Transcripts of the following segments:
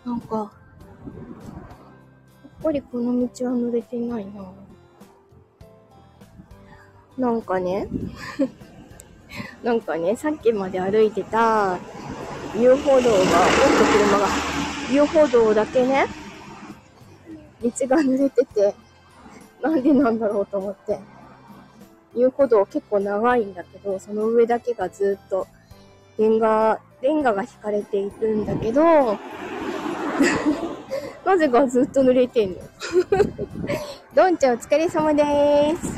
なんか、やっぱりこの道は濡れてないな。なんかね、さっきまで歩いてた遊歩道が、遊歩道だけね、道が濡れてて、なんでなんだろうと思って。遊歩道結構長いんだけど、その上だけがずっとレンガが引かれているんだけど、なぜかずっと濡れてんの。どんちゃんお疲れ様でーす。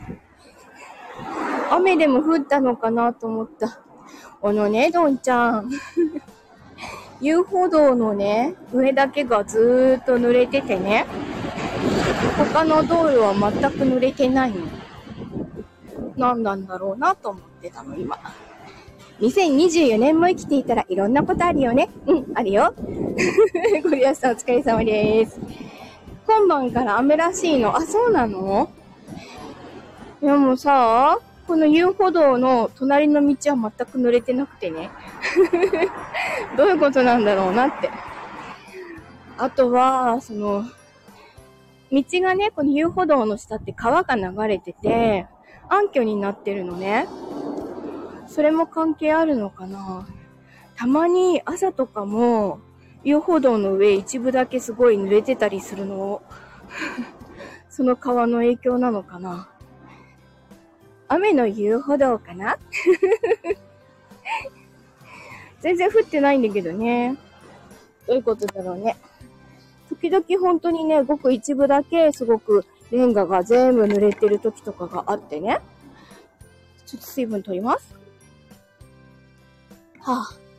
雨でも降ったのかなと思った。どんちゃん。遊歩道のね、上だけがずーっと濡れててね、他の道路は全く濡れてないの。なんなんだろうなと思ってたの、今。2024年も生きていたらいろんなことあるよね。うん、あるよ。ゴリアスさんお疲れ様です。今晩から雨らしいの。あ、そうなの？いやもうさ、この遊歩道の隣の道は全く濡れてなくてね。どういうことなんだろうなって。あとは、道がね、この遊歩道の下って川が流れてて、暗渠になってるのね。それも関係あるのかな。たまに朝とかも遊歩道の上一部だけすごい濡れてたりするの。その川の影響なのかな。雨の遊歩道かな。全然降ってないんだけどね。どういうことだろうね。時々本当にね、ごく一部だけすごくレンガが全部濡れてる時とかがあってね。ちょっと水分取ります。はぁ、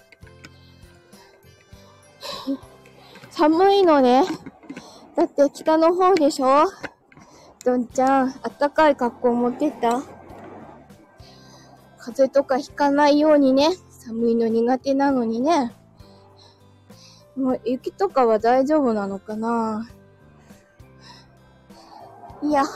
寒いのね。だって北の方でしょ。どんちゃん、あったかい格好持ってった？風邪とかひかないようにね。寒いの苦手なのにね。もう雪とかは大丈夫なのかな。いや、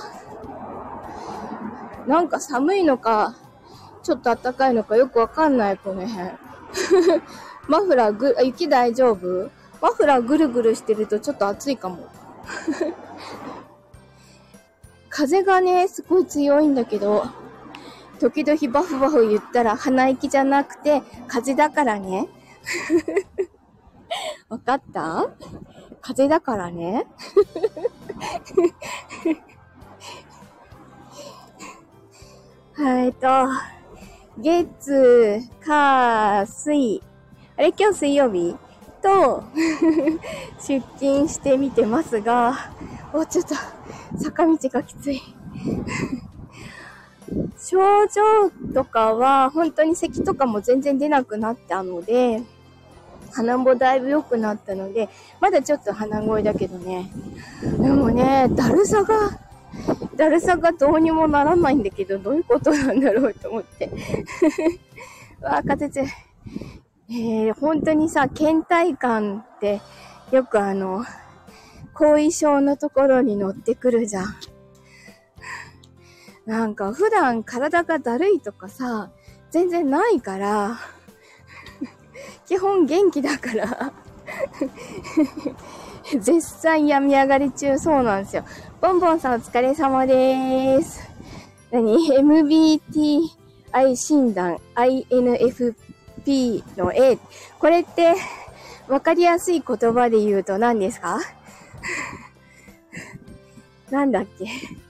なんか寒いのか、ちょっと暖かいのかよくわかんない、この辺。マフラー雪大丈夫？マフラーぐるぐるしてるとちょっと暑いかも。風がね、すごい強いんだけど、時々バフバフ言ったら鼻息じゃなくて風だからね。わかった？風だからね。月、火、水。あれ今日水曜日と出勤してみてますが、ちょっと坂道がきつい。症状とかは本当に咳とかも全然出なくなったので、鼻もだいぶ良くなったので、まだちょっと鼻声だけどね。でもね、だるさがどうにもならないんだけど、どういうことなんだろうと思って。わあ、風強い。本当にさ、倦怠感ってよく後遺症のところに乗ってくるじゃん。なんか普段体がだるいとかさ、全然ないから、基本元気だから、絶賛病み上がり中。そうなんですよ。ボンボンさんお疲れ様でーす。MBTI 診断 INFP の A。これってわかりやすい言葉で言うと何ですか？なんだっけ。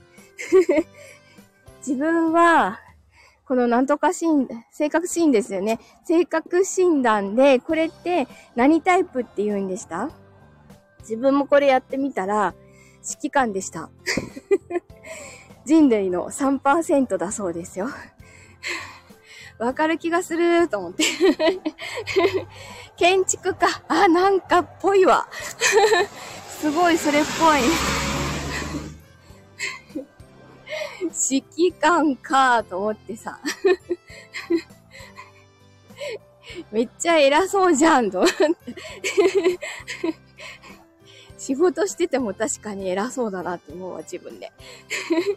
自分はこのなんとか性格診ですよね。性格診断で、これって何タイプって言うんでした？自分もこれやってみたら、指揮官でした。人類の 3% だそうですよ。わかる気がすると思って。建築家。あ、なんかっぽいわ。すごいそれっぽい。指揮官かと思ってさ。めっちゃ偉そうじゃんと思って。仕事してても確かに偉そうだなって思うわ、自分で。は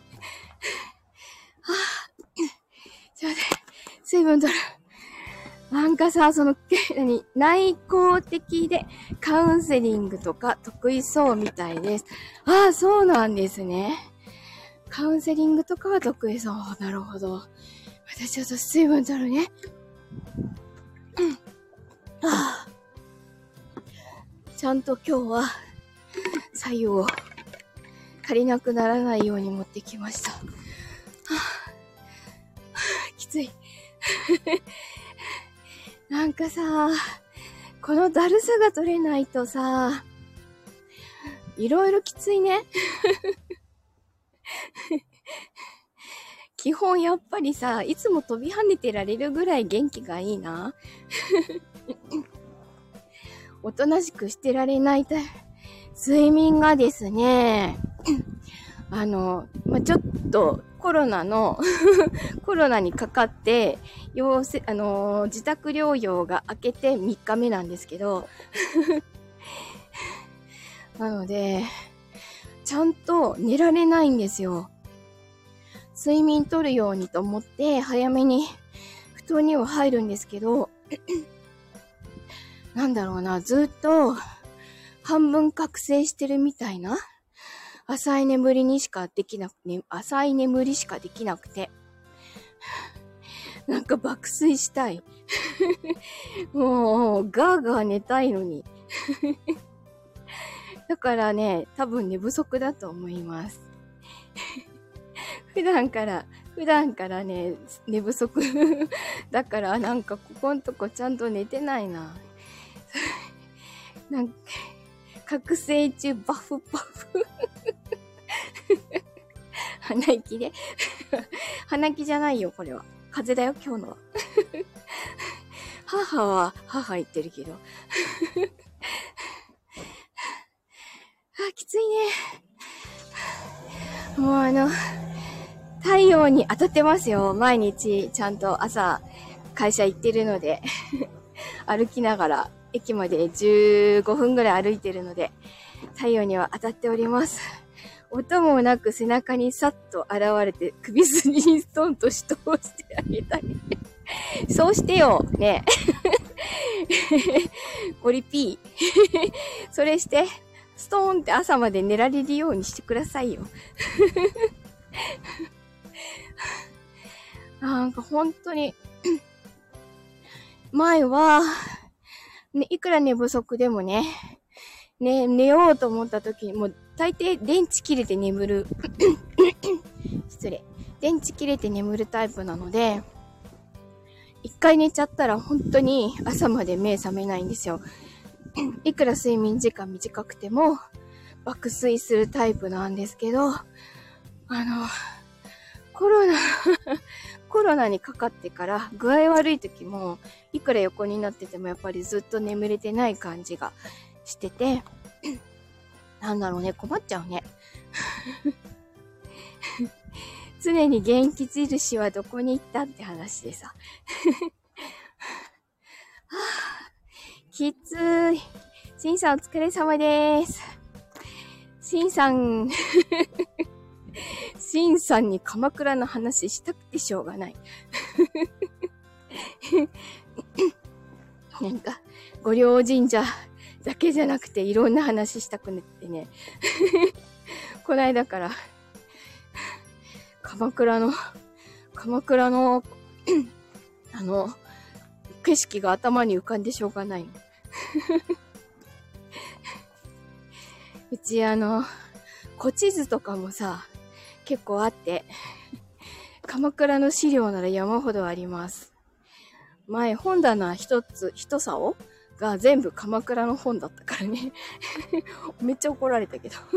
ぁ。ちょっと待って、水分取る。 なんかさ、内向的でカウンセリングとか得意そうみたいです。ああ、そうなんですね。カウンセリングとかは得意そう。なるほど。私ちょっと水分取るね。ちゃんと今日は左右を足りなくならないように持ってきました。きつい。なんかさ、このだるさが取れないとさ、いろいろきついね。基本やっぱりさ、いつも飛び跳ねてられるぐらい元気がいいな。おとなしくしてられない睡眠がですね、ちょっとコロナにかかって、自宅療養が明けて3日目なんですけど、なので、ちゃんと寝られないんですよ。睡眠取るようにと思って、早めに布団には入るんですけど、なんだろうな、ずっと半分覚醒してるみたいな浅い眠りしかできなくて、なんか爆睡したい。もう、ガーガー寝たいのに。だからね、多分寝不足だと思います。普段からね、寝不足。だからなんかここんとこちゃんと寝てないな。なんか、覚醒中バフバフ。鼻息で。鼻息じゃないよ、これは。風邪だよ、今日のは。母言ってるけど。きついね。もう太陽に当たってますよ。毎日ちゃんと朝会社行ってるので歩きながら駅まで15分ぐらい歩いてるので太陽には当たっております。音もなく背中にさっと現れて首筋にストンとし通してあげたりそうしてよねゴリピーそれしてストーンって朝まで寝られるようにしてくださいよなんか本当に前は、ね、いくら寝不足でもね、寝ようと思った時にもう大抵電池切れて眠る失礼。電池切れて眠るタイプなので、一回寝ちゃったら本当に朝まで目覚めないんですよ。いくら睡眠時間短くても爆睡するタイプなんですけど、コロナにかかってから具合悪い時もいくら横になっててもやっぱりずっと眠れてない感じがしててなんだろうね、困っちゃうね常に元気印はどこに行ったって話でさきつい。しんさんお疲れ様です。しんさんに鎌倉の話したくてしょうがないなんか御陵神社だけじゃなくていろんな話したくなってねこないだから鎌倉の景色が頭に浮かんでしょうがないのうち古地図とかもさ結構あって鎌倉の資料なら山ほどあります。前本棚一竿が全部鎌倉の本だったからねめっちゃ怒られたけど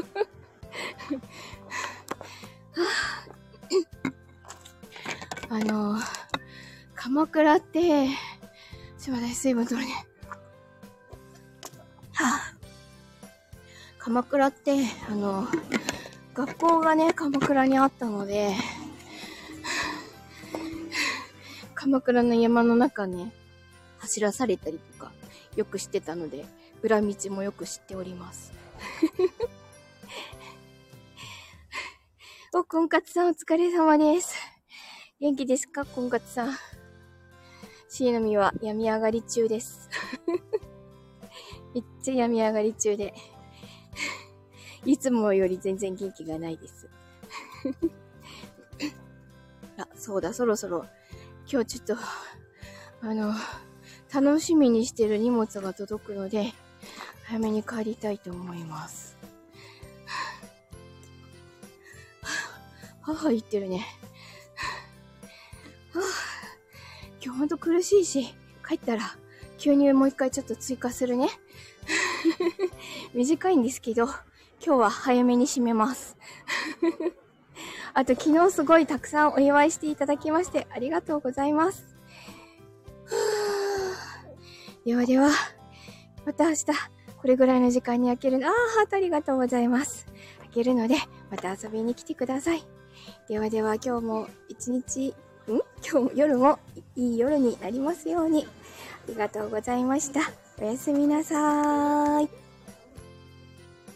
鎌倉ってすいません水分取るね鎌倉って学校がね鎌倉にあったので鎌倉の山の中ね走らされたりとかよくしてたので裏道もよく知っておりますお、婚活さんお疲れ様です。元気ですか婚活さん。 C の実は病み上がり中です。めっちゃ病み上がり中で。いつもより全然元気がないです。あ、そうだ、そろそろ、今日ちょっと、楽しみにしてる荷物が届くので、早めに帰りたいと思います。母言ってるね。今日ほんと苦しいし、帰ったら、吸入もう一回ちょっと追加するね。短いんですけど、今日は早めに締めます。あと昨日すごいたくさんお祝いしていただきましてありがとうございます。ではでは、また明日これぐらいの時間に開けるの、ハートありがとうございます。開けるのでまた遊びに来てください。ではでは今日も夜もいい夜になりますように。ありがとうございました。おやすみなさーい。